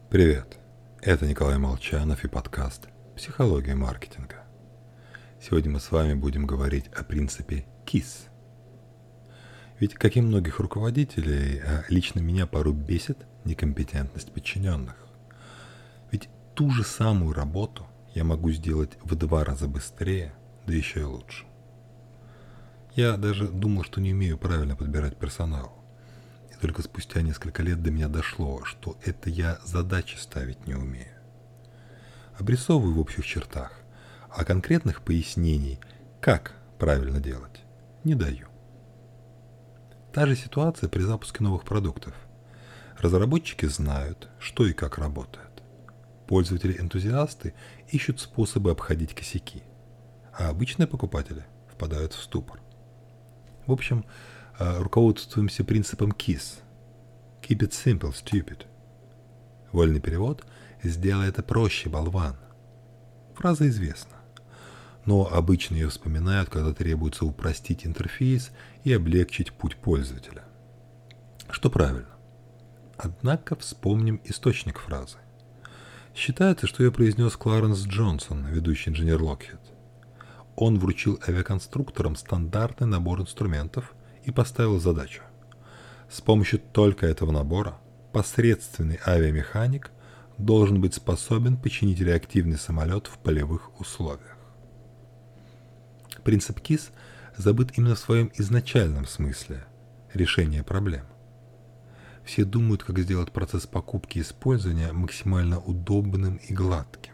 Привет, это Николай Молчанов и подкаст «Психология маркетинга». Сегодня мы с вами будем говорить о принципе KISS. Ведь, как и многих руководителей, лично меня порой бесит некомпетентность подчиненных. Ведь ту же самую работу я могу сделать в 2 раза быстрее, да еще и лучше. Я даже думал, что не умею правильно подбирать персонал. И только спустя несколько лет до меня дошло, что это я задачи ставить не умею. Обрисовываю в общих чертах, а конкретных пояснений, как правильно делать, не даю. Та же ситуация при запуске новых продуктов. Разработчики знают, что и как работает. Пользователи-энтузиасты ищут способы обходить косяки, а обычные покупатели впадают в ступор. В общем, руководствуемся принципом KISS. Keep it simple, stupid. Вольный перевод «Сделай это проще, болван». Фраза известна, но обычно ее вспоминают, когда требуется упростить интерфейс и облегчить путь пользователя. Что правильно. Однако вспомним источник фразы. Считается, что ее произнес Кларенс Джонсон, ведущий инженер Lockheed. Он вручил авиаконструкторам стандартный набор инструментов и поставил задачу. С помощью только этого набора посредственный авиамеханик должен быть способен починить реактивный самолет в полевых условиях. Принцип KISS забыт именно в своем изначальном смысле – решение проблем. Все думают, как сделать процесс покупки и использования максимально удобным и гладким.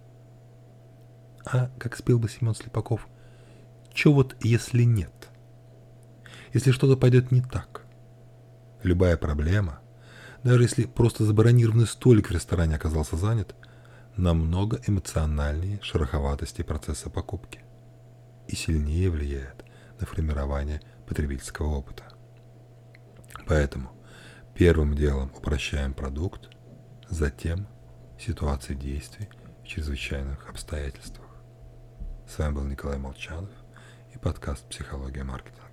А, как спел бы Семен Слепаков, чё вот если нет? Если что-то пойдет не так? Любая проблема, даже если просто забронированный столик в ресторане оказался занят, намного эмоциональнее шероховатости процесса покупки и сильнее влияет на формирование потребительского опыта. Поэтому первым делом упрощаем продукт, затем ситуации действий в чрезвычайных обстоятельствах. С вами был Николай Молчанов и подкаст «Психология маркетинга».